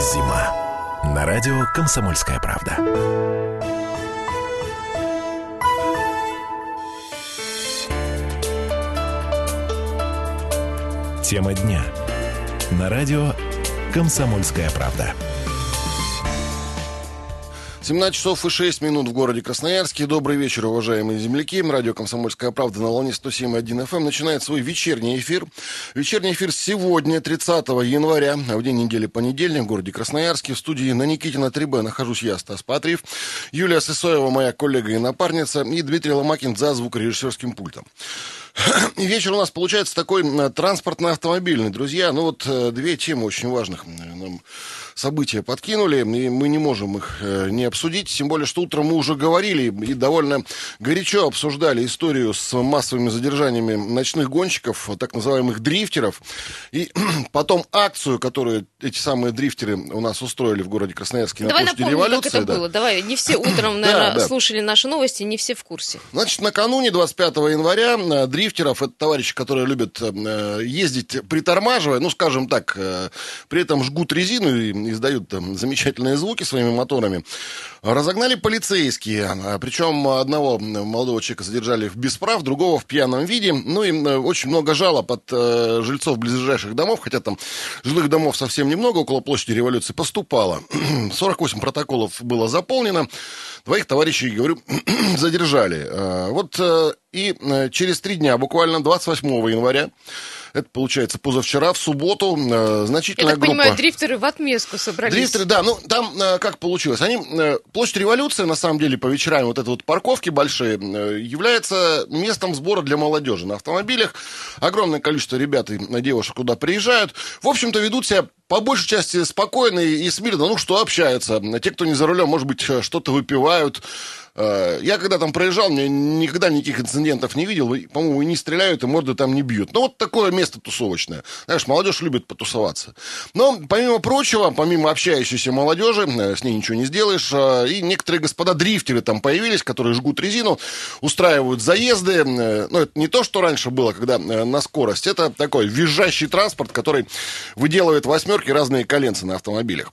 Зима. На радио «Комсомольская правда». Тема дня. На радио «Комсомольская правда». 17 часов и 6 минут в городе Красноярске. Добрый вечер, уважаемые земляки. Радио «Комсомольская правда» на волне 107.1 FM начинает свой вечерний эфир. Вечерний эфир сегодня, 30 января, в день недели понедельник, в городе Красноярске. В студии на Никитина 3Б нахожусь я, Стас Патриев, Юлия Сысоева, моя коллега и напарница, и Дмитрий Ломакин за звукорежиссерским пультом. И вечер у нас получается такой транспортно-автомобильный, друзья. Ну вот две темы очень важных нам события подкинули, и мы не можем их не обсудить. Тем более, что утром мы уже говорили и довольно горячо обсуждали историю с массовыми задержаниями ночных гонщиков, так называемых дрифтеров. И потом акцию, которую эти самые дрифтеры у нас устроили в городе Красноярске на площади Революции. Давай напомним, как это было. Давай, не все утром, наверное, слушали наши новости, не все в курсе. Значит, накануне 25 января дрифтеров, это товарищи, которые любят ездить притормаживая, ну, скажем так, при этом жгут резину и издают там замечательные звуки своими моторами, разогнали полицейские. Причем одного молодого человека задержали без прав, другого в пьяном виде. Ну и очень много жалоб от жильцов близлежащих домов, хотя там жилых домов совсем немного, около площади Революции поступало. 48 протоколов было заполнено. Двоих товарищей, говорю, задержали. Вот и через 3 дня, буквально 28 января, это, получается, позавчера, в субботу, значительная группа... Я так понимаю, дрифтеры в отместку собрались. Дрифтеры, да, ну, там как получилось? Площадь Революции, на самом деле, по вечерам, вот это вот парковки большие, является местом сбора для молодежи. На автомобилях огромное количество ребят и девушек туда приезжают. В общем-то, ведут себя по большей части спокойно и смирно, ну, что общаются. Те, кто не за рулем, может быть, что-то выпивают. Я когда там проезжал, мне никогда никаких инцидентов не видел. По-моему, и не стреляют, и морды там не бьют. Ну, вот такое место тусовочное. Знаешь, молодежь любит потусоваться. Но, помимо прочего, помимо общающейся молодежи, с ней ничего не сделаешь, и некоторые господа дрифтеры там появились, которые жгут резину, устраивают заезды. Ну, это не то, что раньше было, когда на скорость. Это такой визжащий транспорт, который выделывает восьмерки, разные коленца на автомобилях.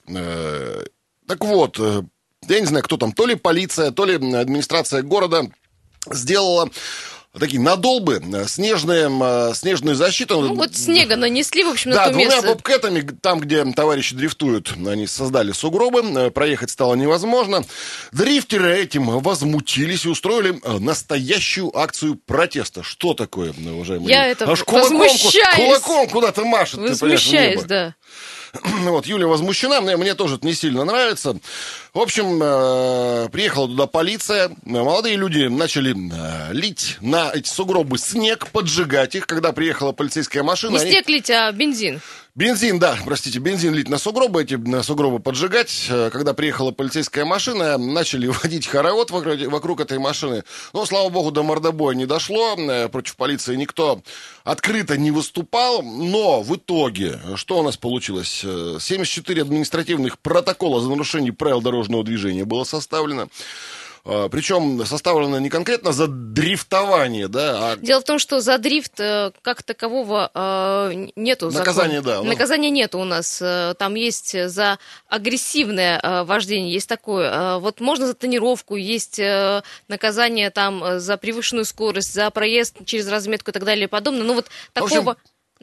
Так вот... Я не знаю, кто там, то ли полиция, то ли администрация города сделала такие надолбы, снежную защиту. Ну, вот снега нанесли, в общем, на то место. Да, двумя бобкэтами, там, где товарищи дрифтуют, они создали сугробы, проехать стало невозможно. Дрифтеры этим возмутились и устроили настоящую акцию протеста. Что такое, уважаемые? Я это возмущаюсь. Кулаком куда-то машет. Возмущаюсь, да. Вот, Юля возмущена, мне тоже это не сильно нравится. В общем, приехала туда полиция, молодые люди начали лить на эти сугробы снег, поджигать их, когда приехала полицейская машина. Не снег лить, а бензин. Бензин лить на сугробы, эти сугробы поджигать. Когда приехала полицейская машина, начали водить хоровод вокруг этой машины. Но, слава богу, до мордобоя не дошло. Против полиции никто открыто не выступал. Но в итоге, что у нас получилось? 74 административных протокола за нарушение правил дорожного движения было составлено. Причем составлено не конкретно за дрифтование, да, а... Дело в том, что за дрифт как такового нету наказания, закона. Да. Наказания нету у нас. Там есть за агрессивное вождение, есть такое. Вот можно за тонировку, есть наказание там за превышенную скорость, за проезд через разметку и так далее и подобное. Ну вот такого...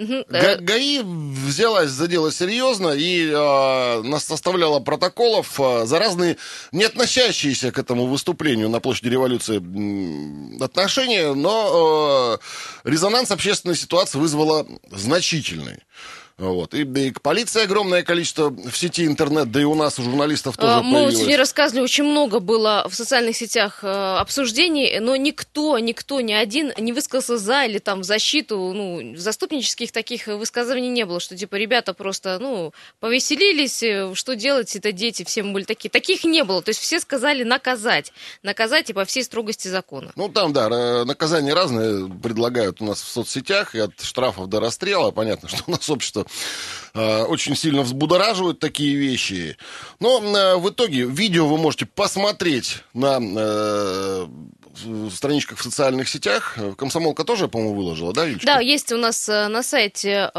ГАИ взялась за дело серьезно и составляла протоколов за разные, не относящиеся к этому выступлению на площади Революции отношения, но резонанс общественной ситуации вызвала значительный. Вот. И к полиции огромное количество в сети интернет, да и у нас, у журналистов тоже мы появилось. Мы сегодня рассказывали, очень много было в социальных сетях обсуждений, но никто, ни один не высказался за или там в защиту, ну, заступнических таких высказываний не было, что типа ребята просто, ну, повеселились, что делать, это дети, все мы были такие. Таких не было, то есть все сказали наказать и по всей строгости закона. Ну, там, да, наказания разные предлагают у нас в соцсетях, и от штрафов до расстрела. Понятно, что у нас общество очень сильно взбудораживают такие вещи. Но в итоге видео вы можете посмотреть на в страничках в социальных сетях. Комсомолка тоже, по-моему, выложила, да, Юлечка? Да, есть у нас на сайте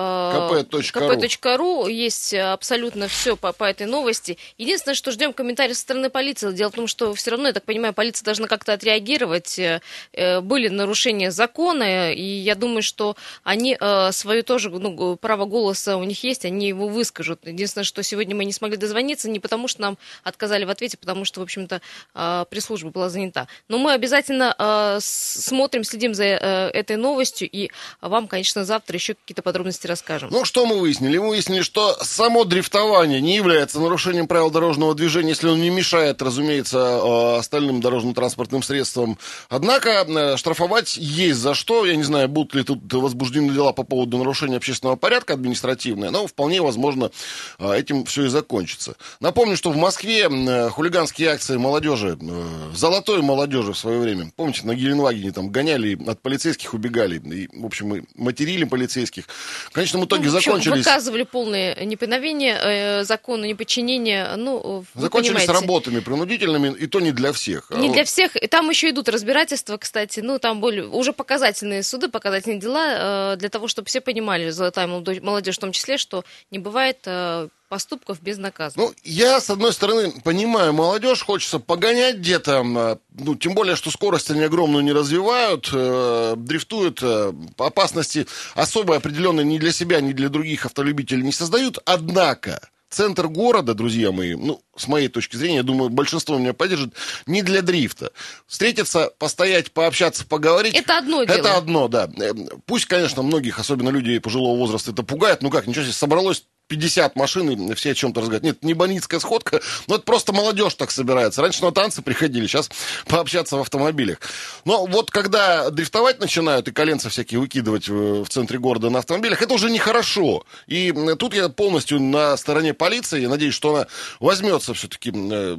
kp.ru, есть абсолютно все по этой новости. Единственное, что ждем комментариев со стороны полиции. Дело в том, что все равно, я так понимаю, полиция должна как-то отреагировать. Были нарушения закона, и я думаю, что они свое тоже, право голоса у них есть, они его выскажут. Единственное, что сегодня мы не смогли дозвониться, не потому что нам отказали в ответе, потому что, в общем-то, пресс-служба была занята. Но мы обязательно смотрим, следим за этой новостью, и вам, конечно, завтра еще какие-то подробности расскажем. Ну, что мы выяснили? Мы выяснили, что само дрифтование не является нарушением правил дорожного движения, если он не мешает, разумеется, остальным дорожно-транспортным средствам. Однако штрафовать есть за что. Я не знаю, будут ли тут возбуждены дела по поводу нарушения общественного порядка административное, но вполне возможно этим все и закончится. Напомню, что в Москве хулиганские акции молодежи, золотой молодежи в свое время, помните, на Геленвагене там гоняли, от полицейских убегали, и, в общем, и материли полицейских. В конечном итоге закончились... Выказывали полное неповиновение закону, неподчинение, закончились работами принудительными, и то не для всех. Не для всех. И там еще идут разбирательства, кстати, там были уже показательные суды, показательные дела, для того, чтобы все понимали, золотая молодежь в том числе, что не бывает поступков безнаказанно. Я, с одной стороны, понимаю, молодежь, хочется погонять где-то, тем более, что скорость они огромную не развивают, дрифтуют, опасности особо определенные ни для себя, ни для других автолюбителей не создают, однако... Центр города, друзья мои, с моей точки зрения, я думаю, большинство меня поддержит, не для дрифта. Встретиться, постоять, пообщаться, поговорить. Это одно дело. Это одно, да. Пусть, конечно, многих, особенно людей пожилого возраста, это пугает. Ничего себе, собралось 50 машин, и все о чем-то разговаривают. Нет, не бандитская сходка, это просто молодежь так собирается. Раньше на танцы приходили, сейчас пообщаться в автомобилях. Но вот когда дрифтовать начинают и коленца всякие выкидывать в центре города на автомобилях, это уже нехорошо. И тут я полностью на стороне полиции. Я надеюсь, что она возьмется все-таки,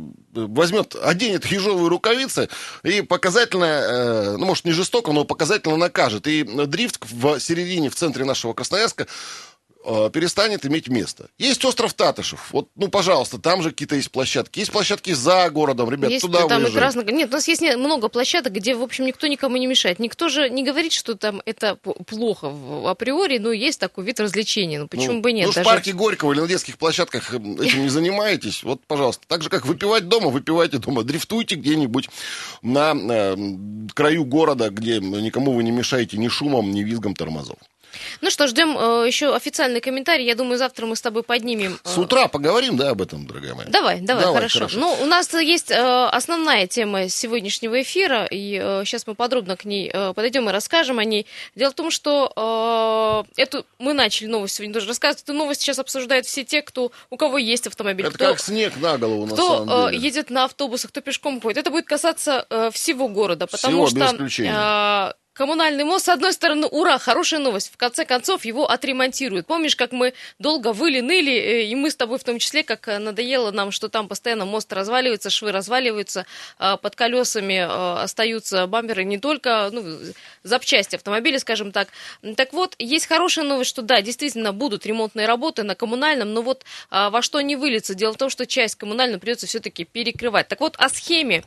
оденет ежовые рукавицы и показательно, может не жестоко, но показательно накажет. И дрифт в середине, в центре нашего Красноярска перестанет иметь место. Есть остров Татышев. Пожалуйста, там же какие-то есть площадки. Есть площадки за городом, ребят, есть, туда там выезжать. Нет, у нас есть много площадок, где, в общем, никто никому не мешает. Никто же не говорит, что там это плохо априори, но есть такой вид развлечения. Почему бы нет? В парке Горького или на детских площадках этим не занимаетесь, пожалуйста. Так же, как выпивать дома, выпивайте дома. Дрифтуйте где-нибудь на краю города, где никому вы не мешаете ни шумом, ни визгом тормозов. Ну что, ждем еще официальный комментарий. Я думаю, завтра мы с тобой поднимем. С утра поговорим, да, об этом, дорогая моя? Давай, хорошо. У нас есть основная тема сегодняшнего эфира, и сейчас мы подробно к ней подойдем и расскажем о ней. Дело в том, что мы начали новость сегодня тоже рассказывать. Эту новость сейчас обсуждают все те, у кого есть автомобиль. Это как снег на голову, на самом деле. Кто едет на автобусах, кто пешком ходит. Это будет касаться всего города, потому без исключения. Коммунальный мост, с одной стороны, ура, хорошая новость. В конце концов, его отремонтируют. Помнишь, как мы долго выли, ныли, и мы с тобой в том числе, как надоело нам, что там постоянно мост разваливается, швы разваливаются, под колесами остаются бамперы, не только запчасти автомобиля, скажем так. Так вот, есть хорошая новость, что да, действительно будут ремонтные работы на коммунальном, но во что они выльются? Дело в том, что часть коммунальную придется все-таки перекрывать. Так вот, о схеме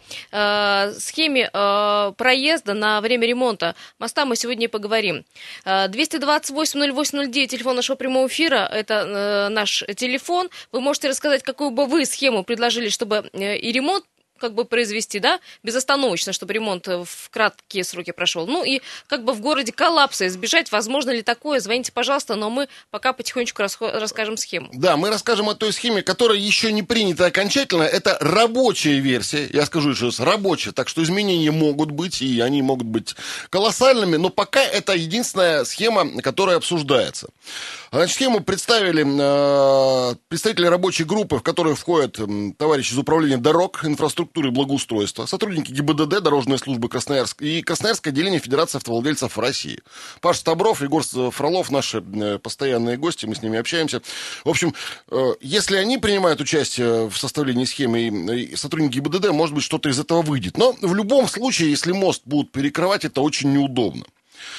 проезда на время ремонта моста мы сегодня и поговорим. 228-08-09, телефон нашего прямого эфира, это наш телефон. Вы можете рассказать, какую бы вы схему предложили, чтобы и ремонт произвести, да, безостановочно, чтобы ремонт в краткие сроки прошел. И в городе коллапса избежать. Возможно ли такое? Звоните, пожалуйста, но мы пока потихонечку расскажем схему. Да, мы расскажем о той схеме, которая еще не принята окончательно. Это рабочая версия, я скажу еще раз, рабочая, так что изменения могут быть, и они могут быть колоссальными, но пока это единственная схема, которая обсуждается. Значит, схему представили представители рабочей группы, в которую входят товарищи из управления дорог, инфраструктуры и благоустройства, сотрудники ГИБДД, Дорожной службы Красноярска и Красноярское отделение Федерации автовладельцев России. Паш Стабров, Егор Фролов, наши постоянные гости, мы с ними общаемся. В общем, если они принимают участие в составлении схемы и сотрудники ГИБДД, может быть, что-то из этого выйдет. Но в любом случае, если мост будут перекрывать, это очень неудобно.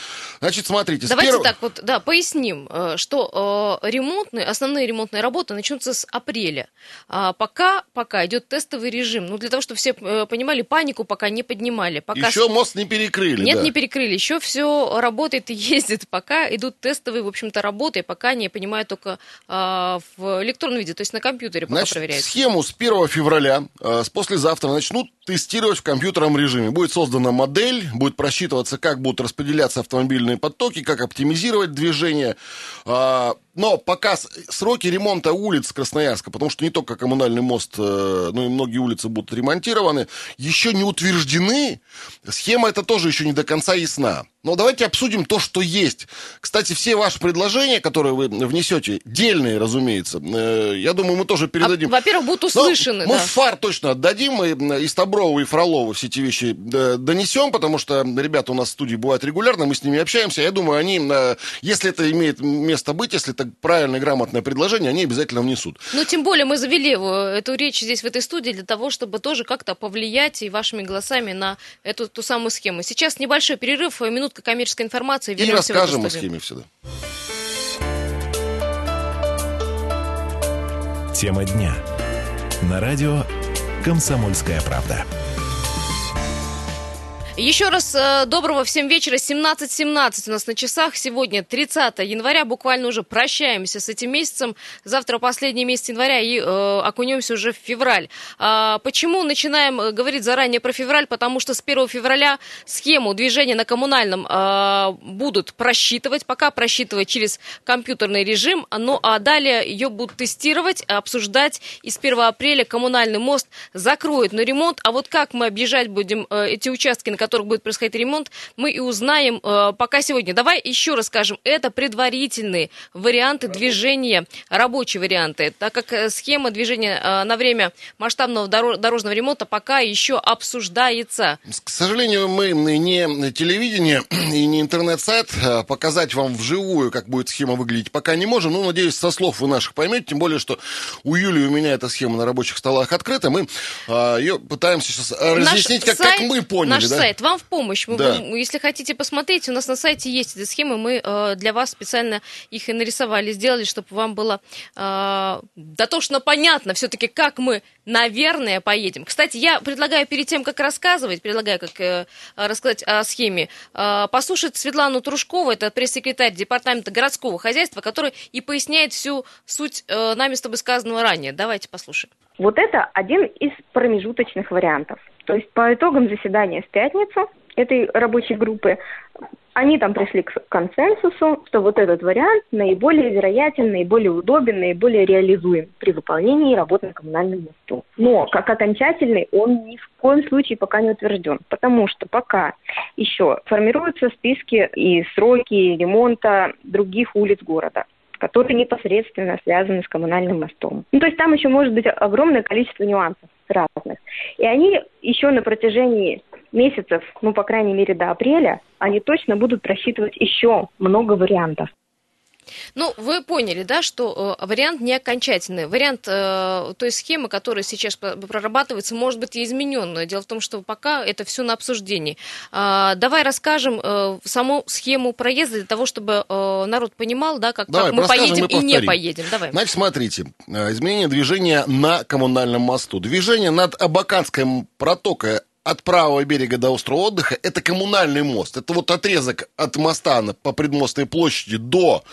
Значит, смотрите. Давайте так вот, да, поясним, что основные ремонтные работы начнутся с апреля. Пока идет тестовый режим. Ну, для того, чтобы все понимали, панику пока не поднимали. Еще мост не перекрыли. Нет, да. не перекрыли. Еще все работает и ездит. Пока идут тестовые, в общем-то, работы. Пока не понимаю только в электронном виде, то есть на компьютере пока проверяется. Схему с 1 февраля, с послезавтра начнут тестировать в компьютерном режиме. Будет создана модель, будет просчитываться, как будут распределяться автомобильные потоки, как оптимизировать движение. Но пока сроки ремонта улиц Красноярска, потому что не только коммунальный мост, но и многие улицы будут ремонтированы, еще не утверждены. Схема эта тоже еще не до конца ясна. Но давайте обсудим то, что есть. Кстати, все ваши предложения, которые вы внесете, дельные, разумеется, я думаю, мы тоже передадим. Во-первых, будут услышаны. Мы в ФАР точно отдадим, мы и Стоброву, и Фролову все эти вещи донесем, потому что ребята у нас в студии бывают регулярно, мы с ними общаемся. Я думаю, они, если это имеет место быть, если это правильное, грамотное предложение, они обязательно внесут. Ну, тем более мы завели эту речь здесь, в этой студии, для того, чтобы тоже как-то повлиять и вашими голосами на ту самую схему. Сейчас небольшой перерыв, минутка коммерческой информации. И расскажем о схеме всегда. Тема дня. На радио «Комсомольская правда». Еще раз доброго всем вечера. 17:17 у нас на часах. Сегодня 30 января. Буквально уже прощаемся с этим месяцем. Завтра последний месяц января и окунемся уже в февраль. Почему начинаем говорить заранее про февраль? Потому что с 1 февраля схему движения на коммунальном будут просчитывать. Пока просчитывать через компьютерный режим. Ну а далее ее будут тестировать, обсуждать. И с 1 апреля коммунальный мост закроют на ремонт. А вот как мы объезжать будем эти участки, на которых будет происходить ремонт, мы и узнаем пока сегодня. Давай еще раз скажем, это предварительные варианты движения, рабочие варианты, так как схема движения на время масштабного дорожного ремонта пока еще обсуждается. К сожалению, мы не телевидение и не интернет-сайт, показать вам вживую, как будет схема выглядеть, пока не можем. Ну, надеюсь, со слов вы наших поймете, тем более, что у Юли и у меня эта схема на рабочих столах открыта. Мы ее пытаемся сейчас разъяснить, как мы поняли. Наш да? сайт вам в помощь. Да. Если хотите посмотреть, у нас на сайте есть эти схемы, мы для вас специально их и нарисовали, сделали, чтобы вам было дотошно понятно все-таки, как мы, наверное, поедем. Кстати, я предлагаю перед тем, как рассказать о схеме, послушать Светлану Трушкову, это пресс-секретарь Департамента городского хозяйства, который и поясняет всю суть нами с тобой сказанного ранее. Давайте послушаем. Вот это один из промежуточных вариантов. То есть по итогам заседания в пятницу этой рабочей группы они там пришли к консенсусу, что вот этот вариант наиболее вероятен, наиболее удобен, наиболее реализуем при выполнении работ на коммунальном мосту. Но как окончательный он ни в коем случае пока не утвержден, потому что пока еще формируются списки и сроки ремонта других улиц города, которые непосредственно связаны с коммунальным мостом. Ну, то есть там еще может быть огромное количество нюансов разных. И они еще на протяжении месяцев, ну, по крайней мере, до апреля, они точно будут просчитывать еще много вариантов. Ну, вы поняли, да, что вариант не окончательный. Вариант той схемы, которая сейчас прорабатывается, может быть и измененная. Дело в том, что пока это все на обсуждении. Давай расскажем саму схему проезда для того, чтобы народ понимал, да, как мы поедем и не поедем. Давай. Значит, смотрите, изменение движения на коммунальном мосту. Движение над Абаканской протокой от правого берега до острова отдыха — это коммунальный мост. Это вот отрезок от моста по Предмостной площади до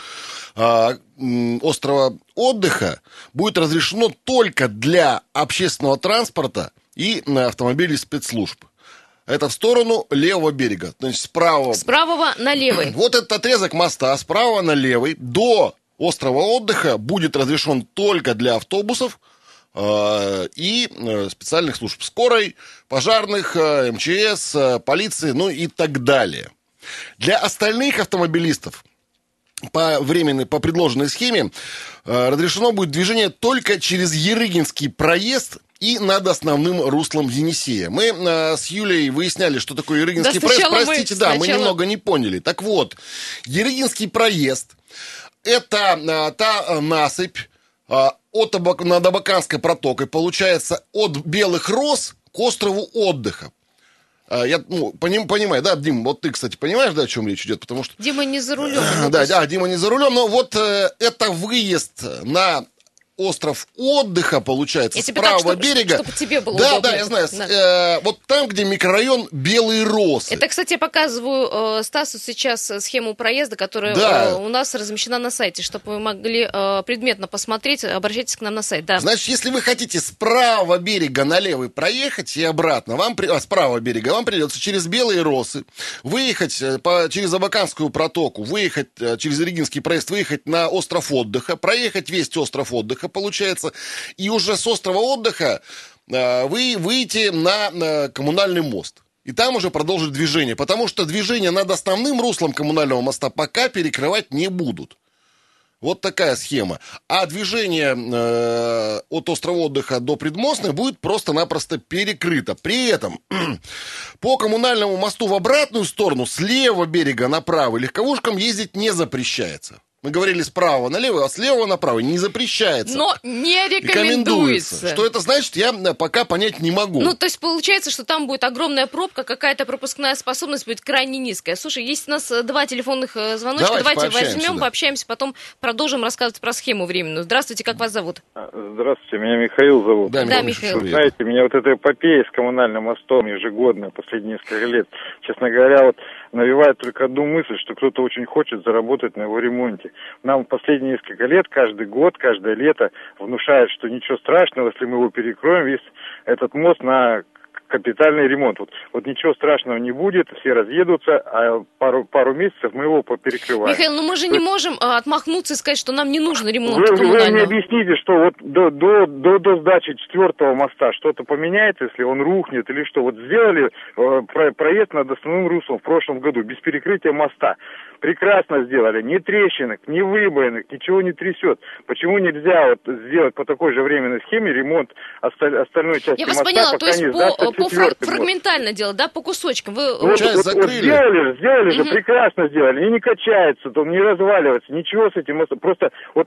острова отдыха будет разрешено только для общественного транспорта и автомобилей спецслужб. Это в сторону левого берега. То есть с правого на левый. Вот этот отрезок моста с правого на левый до острова отдыха будет разрешен только для автобусов и специальных служб скорой, пожарных, МЧС, полиции, ну и так далее. Для остальных автомобилистов по предложенной схеме разрешено будет движение только через Ерыгинский проезд и над основным руслом Енисея. Мы с Юлей выясняли, что такое Ерыгинский проезд. Простите, мы немного не поняли. Так вот, Ерыгинский проезд — это та насыпь над Абаканской протокой, получается, от Белых Роз к острову отдыха. Я понимаю, да, Дим, вот ты, кстати, понимаешь, да, о чем речь идет, потому что... Дима не за рулем. Да, Дима не за рулем, но вот это выезд на остров отдыха, получается, я с тебе правого так, берега. чтобы тебе было да, удобно. Да, я знаю. Да. Вот там, где микрорайон Белые Росы. Это, кстати, я показываю Стасу сейчас схему проезда, которая у нас размещена на сайте, чтобы вы могли предметно посмотреть. Обращайтесь к нам на сайт. Да. Значит, если вы хотите с правого берега на левый проехать и обратно, с правого берега вам придется через Белые Росы выехать через Абаканскую протоку, выехать через Регинский проезд, выехать на остров отдыха, проехать весь остров отдыха, получается, и уже с острова отдыха вы выйдете на коммунальный мост. И там уже продолжить движение, потому что движение над основным руслом коммунального моста пока перекрывать не будут. Вот такая схема. А движение от острова отдыха до Предмостной будет просто-напросто перекрыто. При этом по коммунальному мосту в обратную сторону, с левого берега направо, легковушкам ездить не запрещается. Мы говорили справа налево, а с левого направо не запрещается. Но не рекомендуется. Что это значит, я пока понять не могу. Ну, то есть получается, что там будет огромная пробка, какая-то пропускная способность будет крайне низкая. Слушай, есть у нас 2 телефонных звоночка. Давайте возьмем, пообщаемся, потом продолжим рассказывать про схему временную. Здравствуйте, как вас зовут? Здравствуйте, меня Михаил зовут. Да, Михаил. Знаете, меня вот эта эпопея с коммунальным мостом ежегодная, последние несколько лет, честно говоря, вот навевает только одну мысль, что кто-то очень хочет заработать на его ремонте. Нам последние несколько лет, каждый год, каждое лето внушают, что ничего страшного, если мы его перекроем, весь этот мост на капитальный ремонт. Вот ничего страшного не будет, все разъедутся, а пару месяцев мы его поперекрываем. Михаил, ну мы же не можем отмахнуться и сказать, что нам не нужен ремонт вы коммунального. мне объясните, что вот до сдачи 4-го моста что-то поменяется, если он рухнет или что? Вот сделали проезд над основным руслом в прошлом году без перекрытия моста. Прекрасно сделали. Ни трещинок, ни выбоинок, ничего не трясет. Почему нельзя вот сделать по такой же временной схеме ремонт остальной части моста? Я вас поняла, то есть по фрагментально мост делать, да, по кусочкам. Вы часть закрыли. Сделали же, прекрасно сделали. И не качается, не разваливается, ничего с этим мостом. Просто вот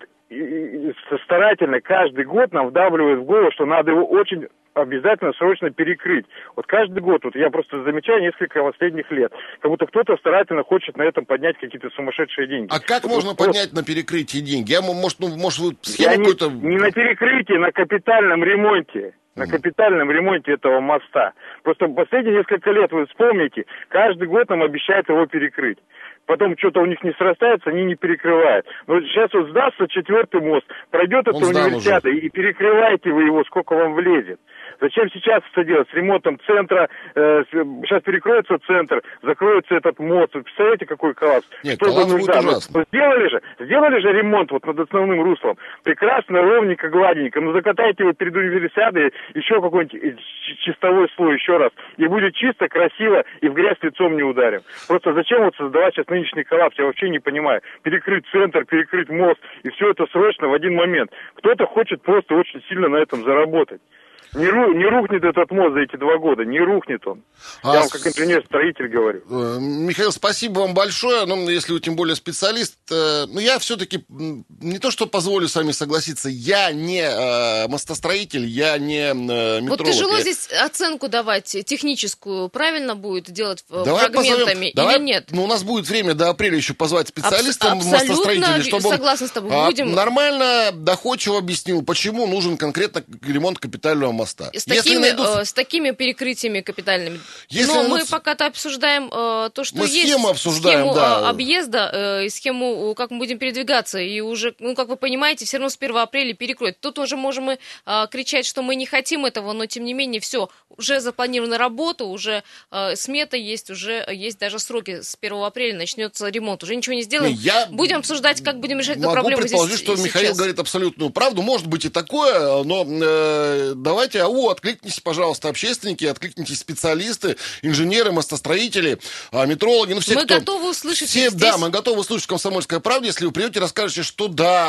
старательно каждый год нам вдавливают в голову, что надо его очень обязательно срочно перекрыть. Вот каждый год, вот я просто замечаю несколько последних лет, как будто кто-то старательно хочет на этом поднять какие-то сумасшедшие деньги. А как можно поднять на перекрытии деньги? Может, вы схему какую-то... Не на перекрытии, на капитальном ремонте. На капитальном ремонте этого моста. Просто последние несколько лет, вы вспомните, каждый год нам обещают его перекрыть. Потом что-то у них не срастается, они не перекрывают. Но сейчас вот сдастся 4-й мост, пройдет эта универсиада, и перекрываете вы его, сколько вам влезет. Зачем сейчас это делать? С ремонтом центра, сейчас перекроется центр, закроется этот мост. Вы представляете, какой коллапс? Нет, коллапс будет ужасно. Сделали же ремонт вот над основным руслом. Прекрасно, ровненько, гладенько. Ну, закатайте его перед универсиадой, еще какой-нибудь чистовой слой еще раз. И будет чисто, красиво, и в грязь лицом не ударим. Просто зачем вот создавать сейчас нынешний коллапс? Я вообще не понимаю. Перекрыть центр, перекрыть мост, и все это срочно в один момент. Кто-то хочет просто очень сильно на этом заработать. Не рухнет этот мост за эти 2 года, не рухнет он. Я вам как инженер-строитель говорю. Михаил, спасибо вам большое. Ну, если вы тем более специалист, я все-таки не то, что позволю с вами согласиться, я не мостостроитель, я не метролог. Вот тяжело здесь оценку давать техническую, правильно будет делать фрагментами или нет? Ну, у нас будет время до апреля еще позвать специалистов мостостроителей, чтобы согласна с тобой. Будем... нормально, доходчиво объяснил, почему нужен конкретно ремонт капитального моста. С такими перекрытиями капитальными. Но мы пока-то обсуждаем то, что есть. Схему объезда и схему, как мы будем передвигаться. И уже, как вы понимаете, все равно с 1 апреля перекроют. Тут уже можем мы кричать, что мы не хотим этого, но тем не менее все. Уже запланирована работа, уже смета есть, уже есть даже сроки. С 1 апреля начнется ремонт. Уже ничего не сделаем. Будем обсуждать, как будем решать эту проблему здесь. Могу предположить, что Михаил говорит абсолютную правду. Может быть и такое, но давайте, откликнитесь, пожалуйста, общественники, откликнитесь специалисты, инженеры, мостостроители, метрологи. Мы готовы услышать их. Да, мы готовы услышать «Комсомольская правда», если вы придете и расскажете, что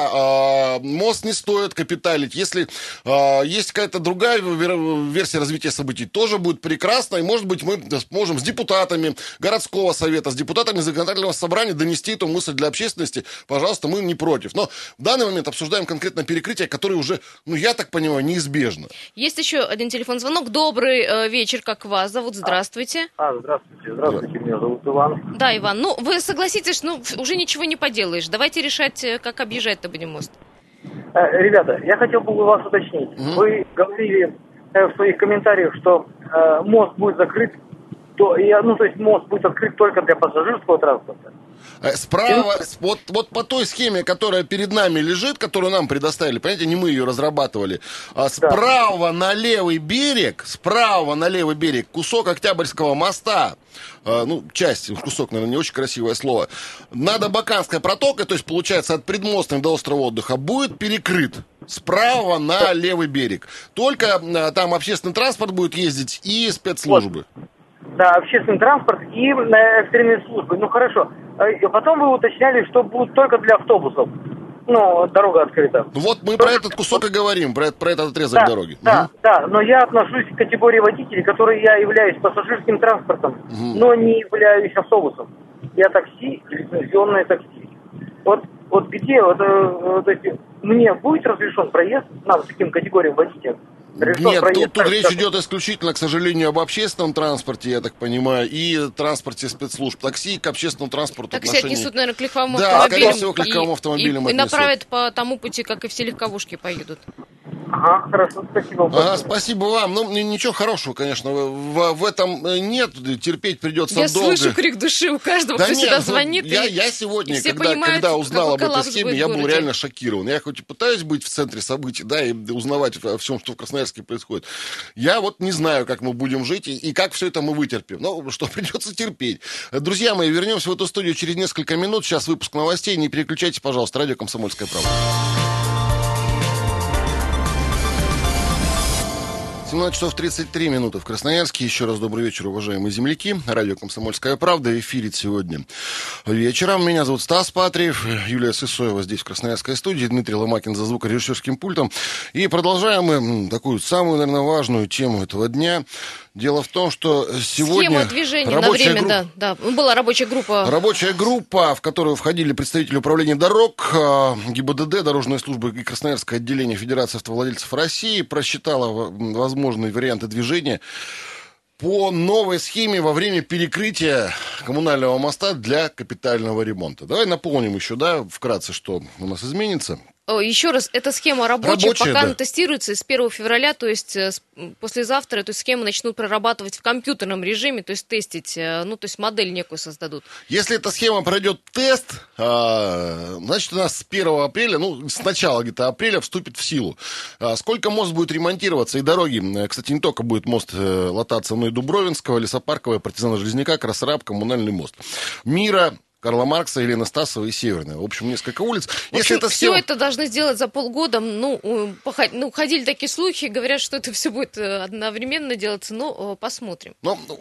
да, мост не стоит капиталить. Если есть какая-то другая версия развития событий, тоже будет прекрасно. И, может быть, мы сможем с депутатами городского совета, с депутатами законодательного собрания донести эту мысль для общественности. Пожалуйста, мы не против. Но в данный момент обсуждаем конкретно перекрытие, которое уже, я так понимаю, неизбежно. Есть еще один телефон-звонок. Добрый вечер, как вас зовут? Здравствуйте. Здравствуйте, меня зовут Иван. Да, Иван, ну вы согласитесь, уже ничего не поделаешь. Давайте решать, как объезжать-то будем мост. Ребята, я хотел бы у вас уточнить. Вы говорили в своих комментариях, что мост будет закрыт, то есть мост будет открыт только для пассажирского транспорта. Справа, вот по той схеме, которая перед нами лежит, которую нам предоставили, понимаете, не мы ее разрабатывали, справа на левый берег кусок Октябрьского моста, часть, кусок, наверное, не очень красивое слово, над Абаканской протокой, то есть, получается, от Предмостной до острова отдыха, будет перекрыт. Справа на левый берег. Только там общественный транспорт будет ездить и спецслужбы. Да, общественный транспорт и экстренные службы. Ну, хорошо. Потом вы уточняли, что будет только для автобусов. Дорога открыта. Вот мы про этот кусок и говорим, про этот отрезок дороги. Да, но я отношусь к категории водителей, которые я являюсь пассажирским транспортом, но не являюсь автобусом. Я такси, лицензионное такси. Вот где, мне будет разрешен проезд таким категориям водителей? Нет, тут речь идет исключительно, к сожалению, об общественном транспорте, я так понимаю, и транспорте спецслужб. Такси к общественному транспорту такси отнесут, наверное, к легковым автомобилям. Да, скорее всего, к легковым автомобилям и направят по тому пути, как и все легковушки поедут. Ага, хорошо, спасибо. Спасибо вам. Ничего хорошего, конечно, в этом нет. Терпеть придется долго. Я слышу крик души у каждого, кто сюда звонит. Я сегодня, когда узнал об этой схеме, я был реально шокирован. Я хоть и пытаюсь быть в центре событий, и узнавать о всем, что в Красноярске происходит. Я не знаю, как мы будем жить и как все это мы вытерпим. Что придется терпеть. Друзья мои, вернемся в эту студию через несколько минут. Сейчас выпуск новостей. Не переключайтесь, пожалуйста. Радио «Комсомольская правда». 17 часов 33 минуты в Красноярске. Еще раз добрый вечер, уважаемые земляки. Радио «Комсомольская правда» в эфире сегодня вечером. Меня зовут Стас Патриев, Юлия Сысоева здесь, в Красноярской студии, Дмитрий Ломакин за звукорежиссерским пультом. И продолжаем мы такую самую, наверное, важную тему этого дня. Дело в том, что сегодня... Схема движения на время, была рабочая группа. Рабочая группа, в которую входили представители управления дорог, ГИБДД, Дорожной службы и Красноярское отделение Федерации автовладельцев России, просчитала возможные варианты движения по новой схеме во время перекрытия коммунального моста для капитального ремонта. Давай напомним еще, вкратце, что у нас изменится. Еще раз, эта схема рабочая пока она тестируется с 1 февраля, то есть послезавтра эту схему начнут прорабатывать в компьютерном режиме, то есть тестить, то есть модель некую создадут. Если эта схема пройдет тест, значит, у нас с 1 апреля, с начала где-то апреля вступит в силу. Сколько мост будет ремонтироваться и дороги, кстати, не только будет мост лататься, но и Дубровинского, Лесопарковая, Партизана Железняка, Красраб, Коммунальный мост. Мира, Карла Маркса, Елены Стасовой и Северная. В общем, несколько улиц. Если это все это должны сделать за полгода. Ходили такие слухи, говорят, что это все будет одновременно делаться, но посмотрим.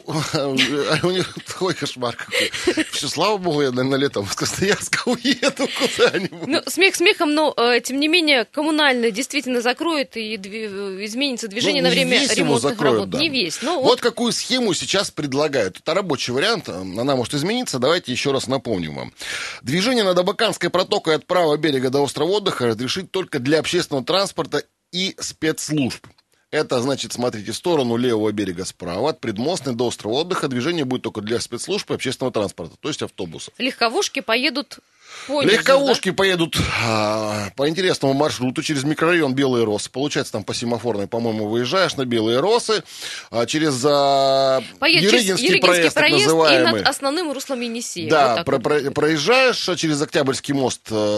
У них такой кошмар какой. Все, слава богу, я, наверное, летом в Красноярск уеду куда-нибудь. Смех смехом, но, тем не менее, коммунальный действительно закроет и изменится движение на время ремонтных работ. Да. Не весь. Вот какую схему сейчас предлагают. Это рабочий вариант, она может измениться. Давайте еще раз напомним вам. Движение над Абаканской протокой от правого берега до острова отдыха разрешить только для общественного транспорта и спецслужб. Это значит, смотрите, в сторону левого берега справа, от Предмостной до острова отдыха движение будет только для спецслужб и общественного транспорта, то есть автобусов. Легковушки поедут Легковушки поедут по интересному маршруту через микрорайон Белые Росы. Получается, там по семафорной, по-моему, выезжаешь на Белые Росы, через Ерыгинский проезд, так называемый. И над основным руслом Енисея. Да, проезжаешь через Октябрьский мост,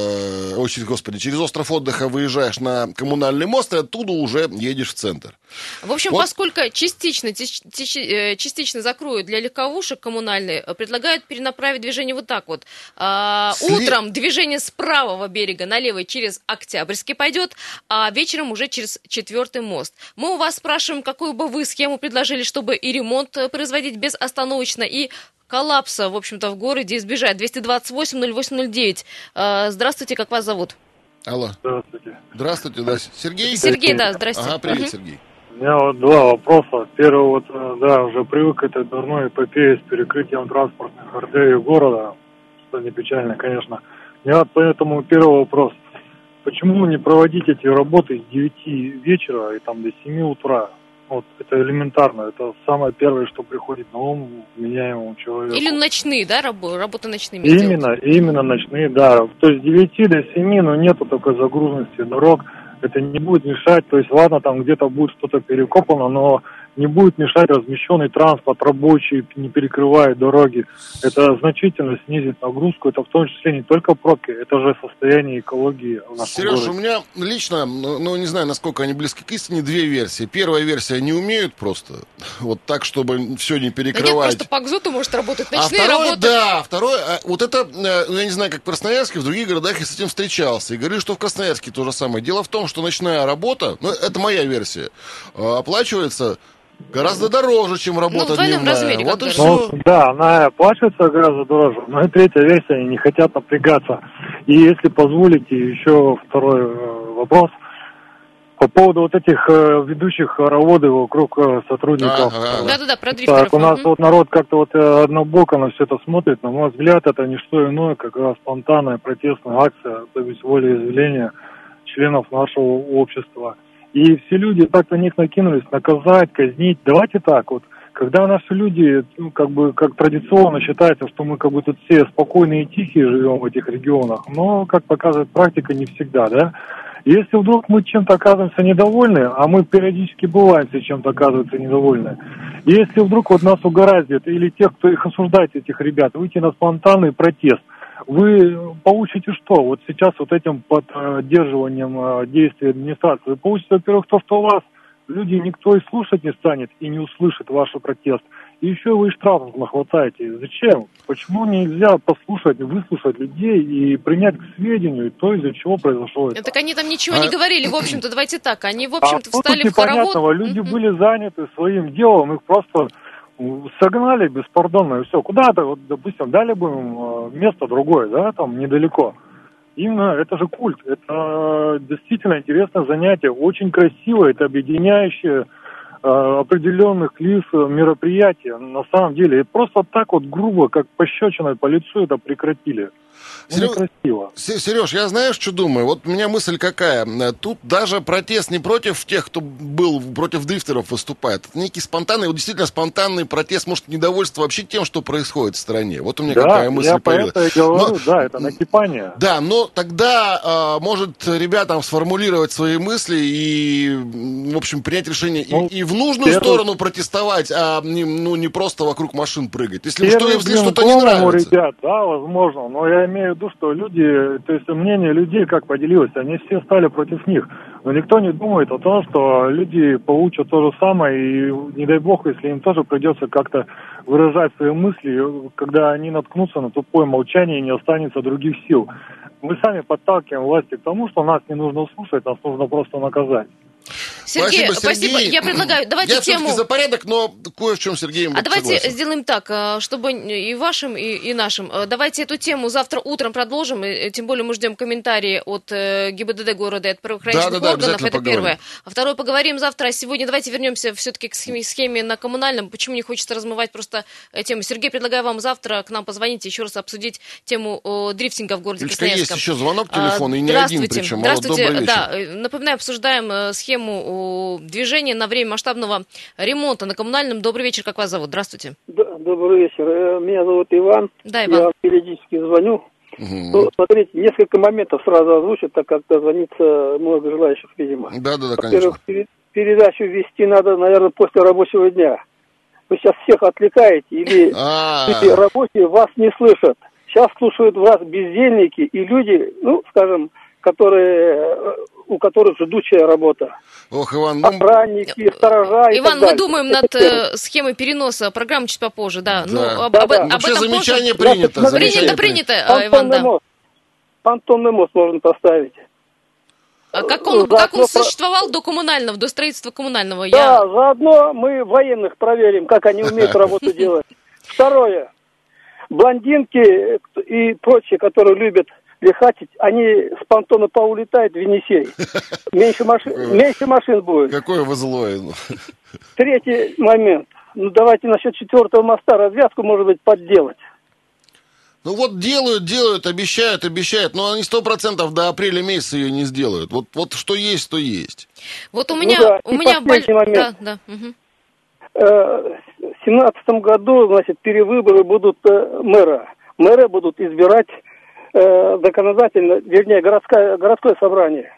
через остров отдыха выезжаешь на коммунальный мост, и оттуда уже едешь в центр. В общем, поскольку частично закроют для легковушек коммунальные, предлагают перенаправить движение вот так вот. Утром движение с правого берега на левый через Октябрьский пойдет, а вечером уже через 4-й мост. Мы у вас спрашиваем, какую бы вы схему предложили, чтобы и ремонт производить безостановочно, и коллапса, в общем-то, в городе избежать. 228-08-09. Здравствуйте, как вас зовут? Алло. Здравствуйте, да. Сергей? Сергей, да, здравствуйте. Ага, привет, Сергей. У меня два вопроса. Первый, уже привык к этой дурной эпопее с перекрытием транспортных артерий города, что не печально, конечно. У меня поэтому первый вопрос. почему не проводить эти работы с 9 вечера и там до 7 утра? Вот это элементарно, это самое первое, что приходит на ум вменяемому человеку. Или ночные, да, работа ночными Именно ночные, да. То есть с 9 до 7, но нету такой загруженности дорог, это не будет мешать, то есть ладно, там где-то будет что-то перекопано, но не будет мешать размещенный транспорт, рабочий, не перекрывает дороги. Это значительно снизит нагрузку, это в том числе не только пробки, это же состояние экологии в нашем Сереж, городе. у меня лично, ну не знаю, насколько они близки к истине, две версии. Первая версия, не умеют просто, вот так, чтобы все не Да нет, перекрывать. просто по ГЗУТу может работать А ночные второй, работы. да, второй, вот это, я не знаю, как в Красноярске, в других городах я с этим встречался. И говорю, что в Красноярске то же самое. Дело в том, что ночная работа, ну, это моя версия, оплачивается гораздо дороже, чем работа в двойном дневная. размере, Вот и как все. Ну, да, она оплачивается гораздо дороже. Но и третья версия, они не хотят напрягаться. И если позволите, еще второй вопрос. По поводу вот этих ведущих хороводов вокруг сотрудников. Да-да-да, про дрифтеров. Так, у нас вот народ как-то вот однобоко на все это смотрит. На мой взгляд, это не что иное, как раз спонтанная протестная акция, то есть волеизъявления членов нашего общества. И все люди так на них накинулись, наказать, казнить. Давайте так вот, когда наши люди, ну, как бы, как традиционно считается, что мы как бы тут все спокойные и тихие живем в этих регионах, но, как показывает практика, не всегда, да. Если вдруг мы чем-то оказываемся недовольны, а мы периодически бываем, если чем-то оказываются недовольны, если вдруг вот нас угораздит, или тех, кто их осуждает, этих ребят, выйти на спонтанный протест, вы получите что? Вот сейчас вот этим поддерживанием действий администрации вы получите, во-первых, то, что у вас люди никто и слушать не станет, и не услышит ваш протест. И еще вы и штрафов нахватаете. Зачем? Почему нельзя послушать, выслушать людей и принять к сведению то, из-за чего произошло это? Так они там ничего не говорили, в общем-то, давайте так. Они, в общем-то, тут встали в хоровод. непонятного. Люди были заняты своим делом, их просто согнали беспардонно, и все. Куда-то, вот, допустим, дали бы им место другое, да, там, недалеко. Именно это же культ. Это действительно интересное занятие, очень красивое, это объединяющее определенных лиц мероприятия. На самом деле, просто так вот грубо, как пощечиной по лицу, это прекратили. Некрасиво. Сереж, я знаешь, что думаю? Вот у меня мысль какая. Тут даже протест не против тех, кто был против дрифтеров выступает. Это некий спонтанный, вот действительно спонтанный протест, может, недовольство вообще тем, что происходит в стране. Вот у меня какая мысль появилась. Да, я по это и говорю, да, это накипание. Да, но тогда может ребятам сформулировать свои мысли и, в общем, принять решение и в нужную сторону протестовать, а не просто вокруг машин прыгать. Если что-то не нравится. Ребят, да, возможно, но я имею в виду, что люди, то есть мнение людей как поделилось, они все стали против них. Но никто не думает о том, что люди получат то же самое, и не дай бог, если им тоже придется как-то выражать свои мысли, когда они наткнутся на тупое молчание и не останется других сил. Мы сами подталкиваем власти к тому, что нас не нужно слушать, нас нужно просто наказать. Сергей, спасибо. Я предлагаю, давайте я тему... все-таки за порядок, но кое в чем Сергей давайте сделаем так, чтобы и вашим, и нашим. Давайте эту тему завтра утром продолжим, и, тем более мы ждем комментарии от ГИБДД города и от правоохранительных органов, это поговорим. первое. А второе, поговорим завтра, а сегодня давайте вернемся все-таки к схеме на коммунальном. Почему не хочется размывать просто тему? Сергей, предлагаю вам завтра к нам позвонить и еще раз обсудить тему дрифтинга в городе Красноярском. Есть еще звонок, телефон, и не один причем. Здравствуйте, да, напоминаю, обсуждаем схему движения на время масштабного ремонта на коммунальном. Добрый вечер, как вас зовут? Здравствуйте. Добрый вечер. Меня зовут Иван. Да, Иван. Я вам периодически звоню. Ну, смотрите, несколько моментов сразу озвучу, так как дозвониться много желающих, видимо. Да, конечно. Во-первых, передачу вести надо, наверное, после рабочего дня. Вы сейчас всех отвлекаете, или люди рабочие вас не слышат. Сейчас слушают вас бездельники и люди, ну, скажем, у которых ждучая работа. Ох, Иван, охранники, сторожа и Иван, так далее. мы думаем над схемой переноса программы чуть попозже, да. Да. Ну, Вообще этом замечание позже. принято. Принято, Иван, да. Понтонный мост можно поставить. А как он существовал до коммунального, до строительства коммунального? Да, заодно мы военных проверим, как они умеют работу делать. Второе. Блондинки и прочие, которые любят лихатить, они с понтона поулетают в Енисей. Меньше машин будет. Какой вы злой. Третий момент. Ну, давайте насчет 4-го моста развязку, может быть, подделать. Ну вот делают, обещают, но они 100% до апреля месяца ее не сделают. Вот что есть, то есть. Вот у меня момент. Да. Угу. В 2017 году, значит, перевыборы будут мэра. Мэры будут избирать законодательно, вернее, городское собрание.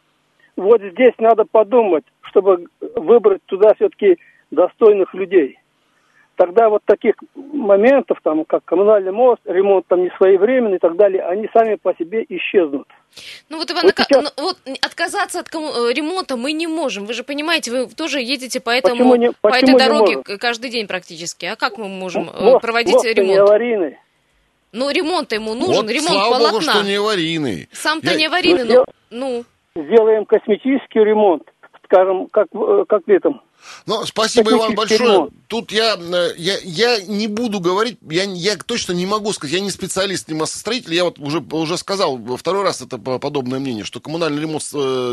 Вот здесь надо подумать, чтобы выбрать туда все-таки достойных людей. Тогда вот таких моментов, там, как коммунальный мост, ремонт там не своевременный и так далее, они сами по себе исчезнут. Ну вот, Иван, вот отказаться от ремонта мы не можем. Вы же понимаете, вы тоже едете по этой дороге каждый день практически. А как мы можем проводить ремонт? Не аварийный. Ну, ремонт ему нужен, вот, ремонт слава полотна. Богу, что не аварийный. Сам-то не аварийный, но... Сделаем косметический ремонт, скажем, как летом. Ну, спасибо, Иван, большое. Тут я не буду говорить, я точно не могу сказать, я не специалист, не массостроитель, я вот уже сказал второй раз это подобное мнение, что коммунальный ремонт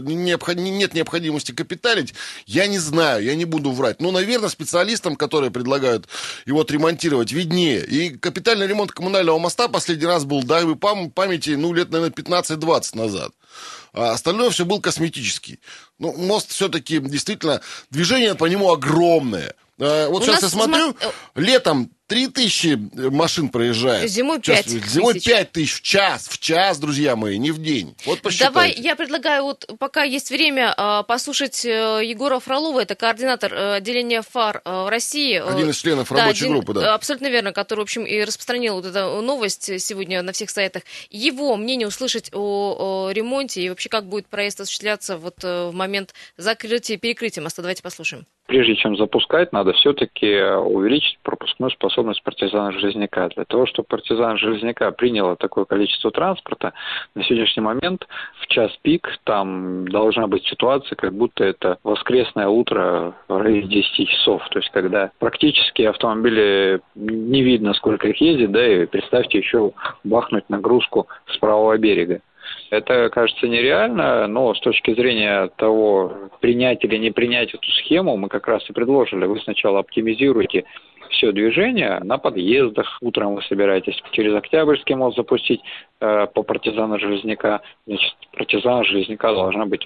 нет необходимости капиталить, я не знаю, я не буду врать. Но, наверное, специалистам, которые предлагают его отремонтировать, виднее. И капитальный ремонт коммунального моста последний раз был, дай вы памяти, лет, наверное, 15-20 назад. А остальное все был косметический. Ну, мост все-таки действительно, движение по нему огромное. Вот сейчас я смотрю, летом 3000 машин проезжает. Зимой 5 Зимой 5000 в час, друзья мои, не в день. Вот посчитайте. Давай, я предлагаю, вот пока есть время, послушать Егора Фролова, это координатор отделения ФАР в России. Один из членов рабочей группы, да. Абсолютно верно, который, в общем, и распространил вот эту новость сегодня на всех сайтах. Его мнение услышать о ремонте и вообще как будет проезд осуществляться вот в момент закрытия и перекрытия моста. Давайте послушаем. Прежде чем запускать, надо все-таки увеличить пропускную способность партизана-железняка. Для того, чтобы партизан-железняка приняло такое количество транспорта, на сегодняшний момент в час пик там должна быть ситуация, как будто это воскресное утро в районе 10 часов. То есть, когда практически автомобили не видно, сколько их ездит, да, и представьте еще бахнуть нагрузку с правого берега. Это кажется нереально, но с точки зрения того, принять или не принять эту схему, мы как раз и предложили. Вы сначала оптимизируете все движение на подъездах. Утром вы собираетесь через Октябрьский мост запустить по партизана-железняка. Значит, партизана-железняка должна быть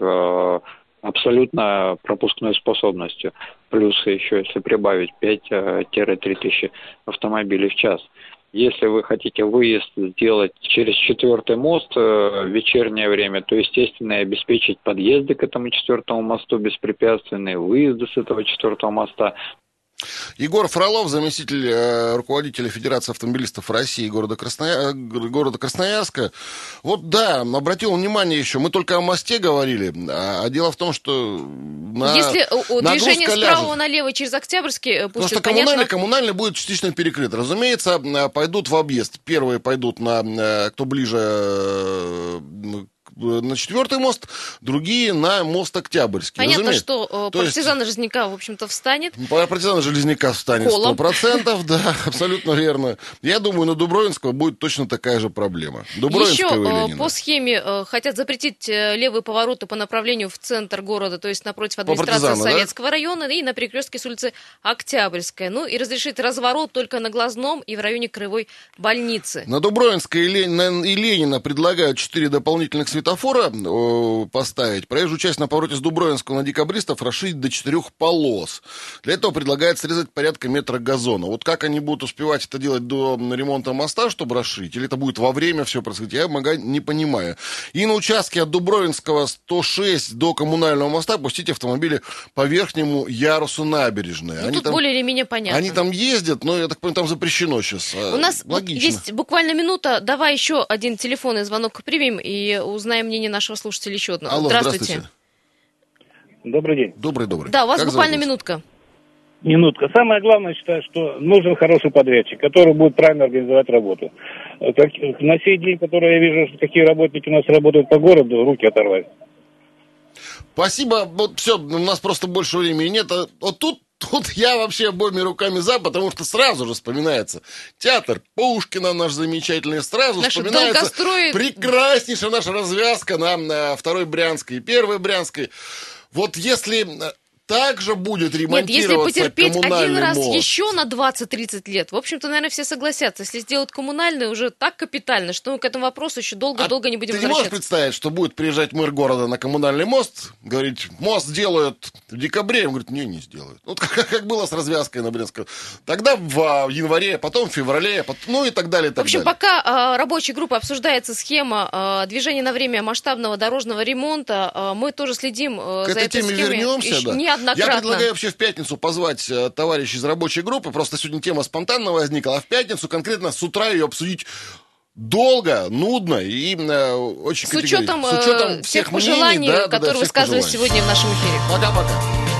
абсолютно пропускной способностью. Плюс еще, если прибавить 5-3 тысячи автомобилей в час. Если вы хотите выезд сделать через 4-й мост в вечернее время, то, естественно, и обеспечить подъезды к этому 4-му мосту беспрепятственные, выезды с этого 4-го моста. Егор Фролов, заместитель руководителя Федерации автомобилистов России города Красноярска. Вот да, обратил внимание еще, мы только о мосте говорили, а дело в том, что если движение справа налево через Октябрьский пустят, потому что коммунальный будет частично перекрыт. Разумеется, пойдут в объезд. Первые пойдут кто ближе на 4-й мост, другие на мост Октябрьский. Понятно, разумеется. Что партизан-железняка, в общем-то, встанет. Партизан-железняка встанет 100%, да, абсолютно верно. Я думаю, на Дубровинского будет точно такая же проблема. Еще по схеме хотят запретить левые повороты по направлению в центр города, то есть напротив администрации Советского района и на перекрестке с улицы Октябрьская. Ну и разрешить разворот только на Глазном и в районе Краевой больницы. На Дубровинской и Ленина предлагают 4 дополнительных светофора поставить. Проезжую часть на повороте с Дубровинского на Декабристов расширить до 4 полос. Для этого предлагают срезать порядка метра газона. Вот как они будут успевать это делать до ремонта моста, чтобы расширить? Или это будет во время все происходить? Я не понимаю. И на участке от Дубровинского 106 до Коммунального моста пустить автомобили по верхнему ярусу набережной. Ну, тут более или менее понятно. Они там ездят, но я так понимаю, там запрещено сейчас. У нас есть буквально минута. Давай еще один телефонный звонок примем и узнаем мнение нашего слушателя еще одного. Алло, здравствуйте. Добрый день. Добрый. Да, у вас буквально минутка. Минутка. Самое главное, считаю, что нужен хороший подрядчик, который будет правильно организовать работу. На сей день, который я вижу, какие работники у нас работают по городу, руки оторвать. Спасибо. Вот все, у нас просто больше времени нет. Вот тут я вообще обоими руками за, потому что сразу же вспоминается театр Пушкина наш замечательный, сразу вспоминается прекраснейшая наша развязка на 2-й Брянской и 1-й Брянской. Вот если также будет Нет, ремонтироваться если потерпеть один коммунальный раз мост. еще на 20-30 лет, в общем-то, наверное, все согласятся. Если сделают коммунальный уже так капитально, что мы к этому вопросу еще долго-долго не будем Ты не возвращаться. можешь представить, что будет приезжать мэр города на коммунальный мост, говорить, мост сделают в декабре, он говорит, не сделают. Вот как было с развязкой на Брестском. Тогда в январе, потом в феврале, ну и так далее, и так В общем, далее. пока рабочей группой обсуждается схема движения на время масштабного дорожного ремонта, мы тоже следим К за этой этой теме схемой вернемся, да. неоднократно. Я предлагаю вообще в пятницу позвать товарищей из рабочей группы, просто сегодня тема спонтанно возникла, а в пятницу конкретно с утра ее обсудить долго, нудно и очень с учетом всех всех пожеланий, мнений, которые всех высказывались пожеланий. сегодня в нашем эфире. Пока-пока.